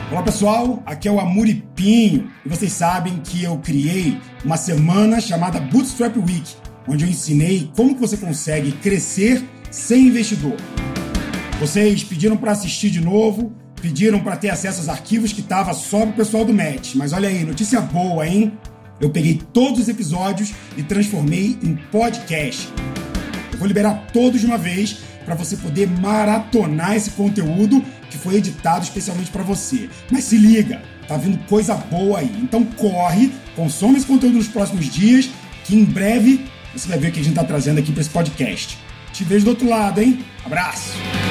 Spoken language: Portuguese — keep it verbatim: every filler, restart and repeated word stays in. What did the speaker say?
Olá pessoal, aqui é o Amuripinho e vocês sabem que eu criei uma semana chamada Bootstrap Week, onde eu ensinei como que você consegue crescer sem investidor. Vocês pediram para assistir de novo, pediram para ter acesso aos arquivos que estava só para o pessoal do Match, mas olha aí, notícia boa, hein? Eu peguei todos os episódios e transformei em podcast. Eu vou liberar todos de uma vez para você poder maratonar esse conteúdo que foi editado especialmente para você. Mas se liga, tá vindo coisa boa aí. Então corre, consome esse conteúdo nos próximos dias, que em breve você vai ver o que a gente tá trazendo aqui para esse podcast. Te vejo do outro lado, hein? Abraço!